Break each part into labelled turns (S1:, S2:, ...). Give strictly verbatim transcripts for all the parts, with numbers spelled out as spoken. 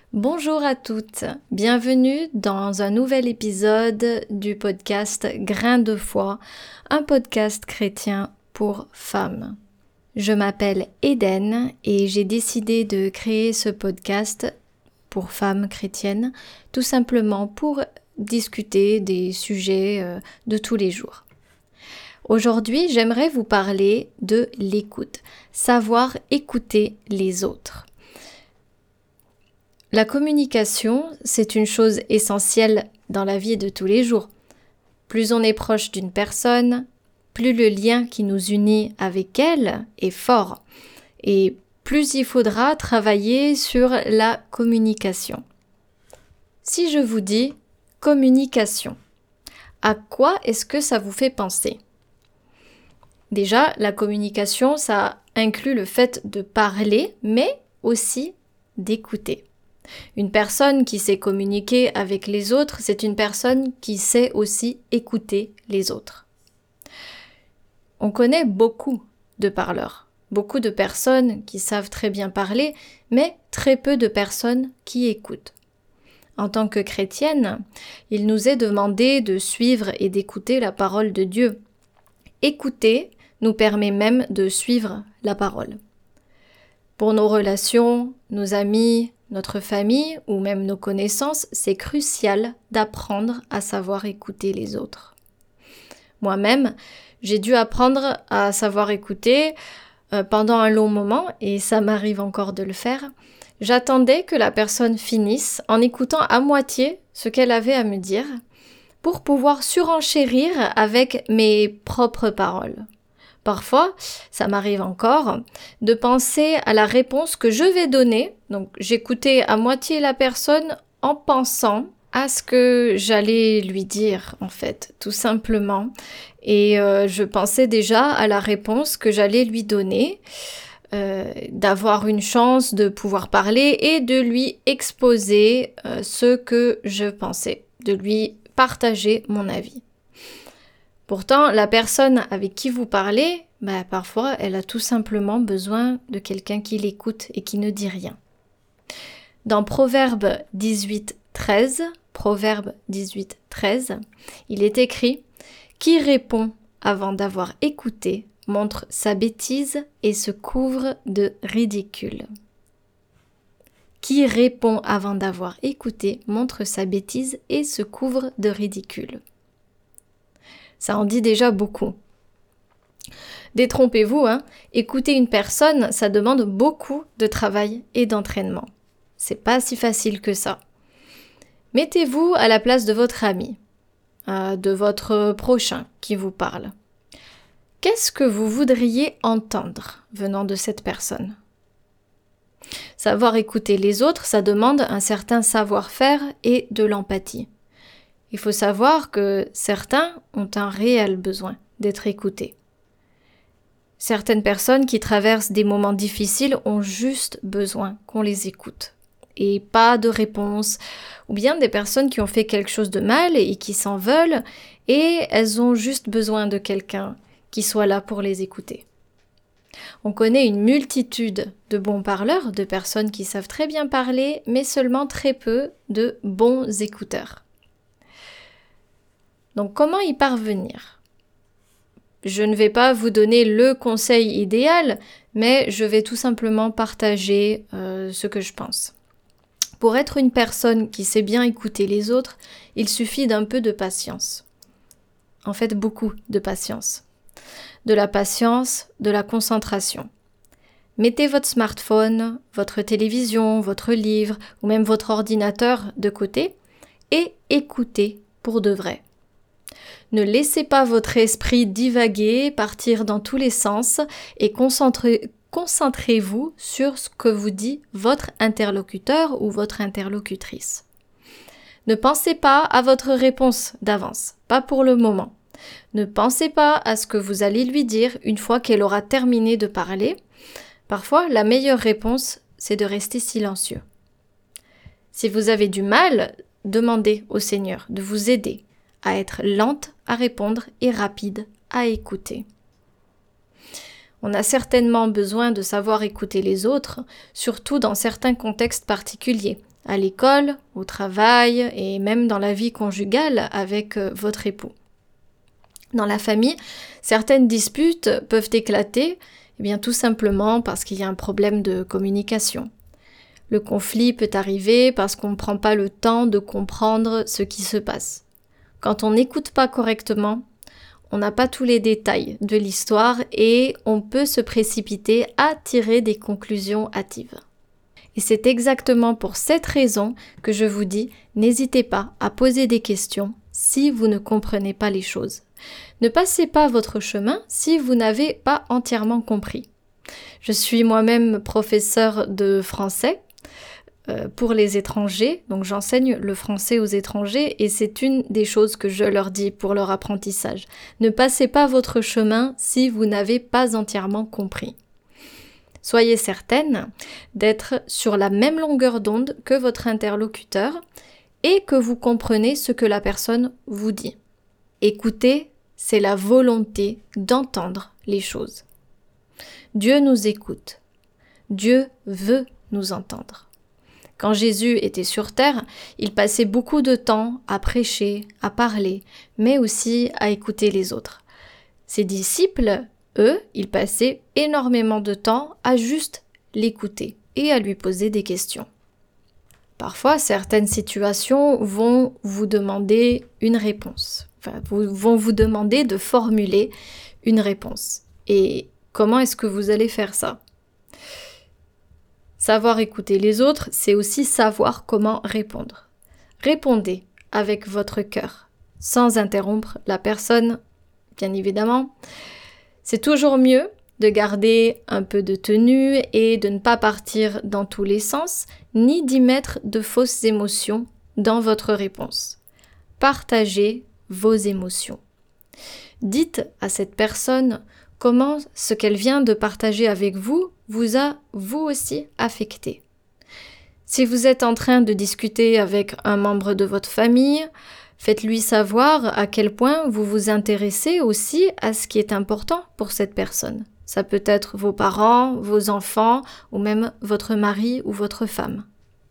S1: Bonjour à toutes, bienvenue dans un nouvel épisode du podcast Grains de foi, un podcast chrétien pour femmes. Je m'appelle Eden et j'ai décidé de créer ce podcast pour femmes chrétiennes, tout simplement pour discuter des sujets de tous les jours. Aujourd'hui, j'aimerais vous parler de l'écoute, savoir écouter les autres. La communication, c'est une chose essentielle dans la vie de tous les jours. Plus on est proche d'une personne, plus le lien qui nous unit avec elle est fort et plus il faudra travailler sur la communication. Si je vous dis communication, à quoi est-ce que ça vous fait penser ? Déjà, la communication, ça inclut le fait de parler, mais aussi d'écouter. Une personne qui sait communiquer avec les autres, c'est une personne qui sait aussi écouter les autres. On connaît beaucoup de parleurs, beaucoup de personnes qui savent très bien parler, mais très peu de personnes qui écoutent. En tant que chrétienne, il nous est demandé de suivre et d'écouter la parole de Dieu. Écouter nous permet même de suivre la parole. Pour nos relations, nos amis, notre famille ou même nos connaissances, c'est crucial d'apprendre à savoir écouter les autres. Moi-même, j'ai dû apprendre à savoir écouter euh, pendant un long moment et ça m'arrive encore de le faire. J'attendais que la personne finisse en écoutant à moitié ce qu'elle avait à me dire pour pouvoir surenchérir avec mes propres paroles. Parfois, ça m'arrive encore de penser à la réponse que je vais donner. Donc, j'écoutais à moitié la personne en pensant à ce que j'allais lui dire, en fait, tout simplement. Et euh, je pensais déjà à la réponse que j'allais lui donner, euh, d'avoir une chance de pouvoir parler et de lui exposer euh, ce que je pensais, de lui partager mon avis. Pourtant, la personne avec qui vous parlez, bah, parfois, elle a tout simplement besoin de quelqu'un qui l'écoute et qui ne dit rien. Dans Proverbe dix-huit treize, Proverbe dix-huit treize, il est écrit « Qui répond avant d'avoir écouté montre sa bêtise et se couvre de ridicule. » Qui répond avant d'avoir écouté montre sa bêtise et se couvre de ridicule. Ça en dit déjà beaucoup. Détrompez-vous, hein, écouter une personne, ça demande beaucoup de travail et d'entraînement. C'est pas si facile que ça. Mettez-vous à la place de votre ami, euh, de votre prochain qui vous parle. Qu'est-ce que vous voudriez entendre venant de cette personne ? Savoir écouter les autres, ça demande un certain savoir-faire et de l'empathie. Il faut savoir que certains ont un réel besoin d'être écoutés. Certaines personnes qui traversent des moments difficiles ont juste besoin qu'on les écoute et pas de réponse, ou bien des personnes qui ont fait quelque chose de mal et qui s'en veulent et elles ont juste besoin de quelqu'un qui soit là pour les écouter. On connaît une multitude de bons parleurs, de personnes qui savent très bien parler, mais seulement très peu de bons écouteurs. Donc comment y parvenir ? Je ne vais pas vous donner le conseil idéal, mais je vais tout simplement partager euh, ce que je pense. Pour être une personne qui sait bien écouter les autres, il suffit d'un peu de patience. En fait, beaucoup de patience. De la patience, de la concentration. Mettez votre smartphone, votre télévision, votre livre ou même votre ordinateur de côté et écoutez pour de vrai. Ne laissez pas votre esprit divaguer, partir dans tous les sens et concentrez, concentrez-vous sur ce que vous dit votre interlocuteur ou votre interlocutrice. Ne pensez pas à votre réponse d'avance, pas pour le moment. Ne pensez pas à ce que vous allez lui dire une fois qu'elle aura terminé de parler. Parfois, la meilleure réponse, c'est de rester silencieux. Si vous avez du mal, demandez au Seigneur de vous aider à être lente à répondre et rapide à écouter. On a certainement besoin de savoir écouter les autres, surtout dans certains contextes particuliers, à l'école, au travail et même dans la vie conjugale avec votre époux. Dans la famille, certaines disputes peuvent éclater, eh bien tout simplement parce qu'il y a un problème de communication. Le conflit peut arriver parce qu'on ne prend pas le temps de comprendre ce qui se passe. Quand on n'écoute pas correctement, on n'a pas tous les détails de l'histoire et on peut se précipiter à tirer des conclusions hâtives. Et c'est exactement pour cette raison que je vous dis, n'hésitez pas à poser des questions si vous ne comprenez pas les choses. Ne passez pas votre chemin si vous n'avez pas entièrement compris. Je suis moi-même professeure de français euh, pour les étrangers, donc j'enseigne le français aux étrangers et c'est une des choses que je leur dis pour leur apprentissage. Ne passez pas votre chemin si vous n'avez pas entièrement compris. Soyez certaine d'être sur la même longueur d'onde que votre interlocuteur et que vous comprenez ce que la personne vous dit. Écouter, c'est la volonté d'entendre les choses. Dieu nous écoute. Dieu veut nous entendre. Quand Jésus était sur terre, il passait beaucoup de temps à prêcher, à parler, mais aussi à écouter les autres. Ses disciples, eux, ils passaient énormément de temps à juste l'écouter et à lui poser des questions. Parfois, certaines situations vont vous demander une réponse. Enfin, vont vous demander de formuler une réponse. Et comment est-ce que vous allez faire ça ? Savoir écouter les autres, c'est aussi savoir comment répondre. Répondez avec votre cœur, sans interrompre la personne, bien évidemment. C'est toujours mieux de garder un peu de tenue et de ne pas partir dans tous les sens, ni d'y mettre de fausses émotions dans votre réponse. Partagez vos émotions. Dites à cette personne comment ce qu'elle vient de partager avec vous vous a, vous aussi, affecté. Si vous êtes en train de discuter avec un membre de votre famille, faites-lui savoir à quel point vous vous intéressez aussi à ce qui est important pour cette personne. Ça peut être vos parents, vos enfants ou même votre mari ou votre femme.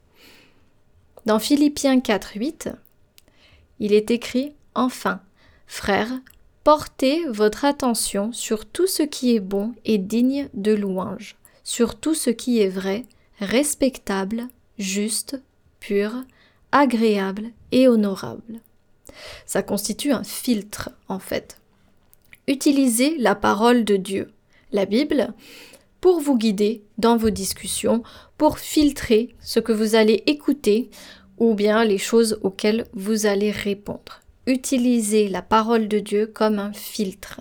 S1: Dans Philippiens quatre huit, il est écrit « Enfin, frères, portez votre attention sur tout ce qui est bon et digne de louange, sur tout ce qui est vrai, respectable, juste, pur, agréable et honorable. » Ça constitue un filtre, en fait. Utilisez la parole de Dieu, la Bible, pour vous guider dans vos discussions, pour filtrer ce que vous allez écouter ou bien les choses auxquelles vous allez répondre. Utilisez la parole de Dieu comme un filtre.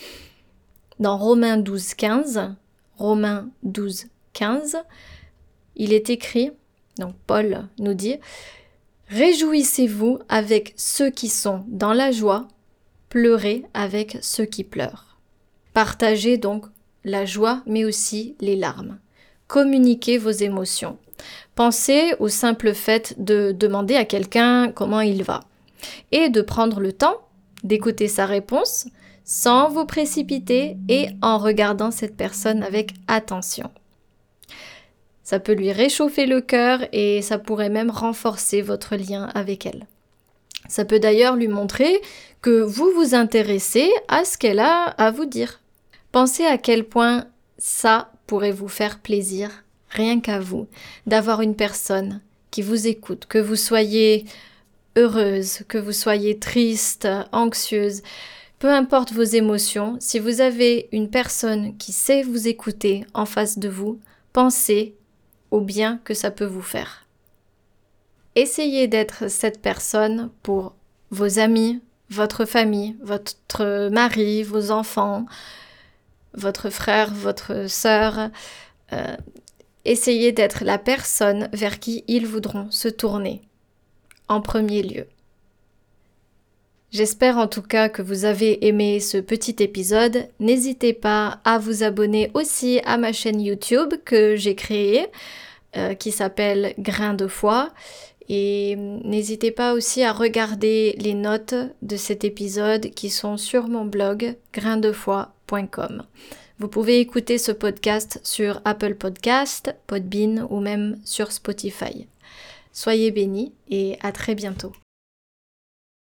S1: Dans Romains douze quinze, Romains douze quinze, il est écrit, donc Paul nous dit « Réjouissez-vous avec ceux qui sont dans la joie, pleurez avec ceux qui pleurent. » Partagez donc la joie, mais aussi les larmes. Communiquez vos émotions. Pensez au simple fait de demander à quelqu'un comment il va et de prendre le temps d'écouter sa réponse sans vous précipiter et en regardant cette personne avec attention. Ça peut lui réchauffer le cœur et ça pourrait même renforcer votre lien avec elle. Ça peut d'ailleurs lui montrer que vous vous intéressez à ce qu'elle a à vous dire. Pensez à quel point ça pourrait vous faire plaisir, rien qu'à vous, d'avoir une personne qui vous écoute, que vous soyez heureuse, que vous soyez triste, anxieuse, peu importe vos émotions, si vous avez une personne qui sait vous écouter en face de vous, pensez au bien que ça peut vous faire. Essayez d'être cette personne pour vos amis, votre famille, votre mari, vos enfants, votre frère, votre sœur. Euh, essayez d'être la personne vers qui ils voudront se tourner en premier lieu. J'espère en tout cas que vous avez aimé ce petit épisode. N'hésitez pas à vous abonner aussi à ma chaîne YouTube que j'ai créée, euh, qui s'appelle Grain de foi. Et n'hésitez pas aussi à regarder les notes de cet épisode qui sont sur mon blog grain de foi point com. Vous pouvez écouter ce podcast sur Apple Podcast, Podbean ou même sur Spotify. Soyez bénis et à très bientôt.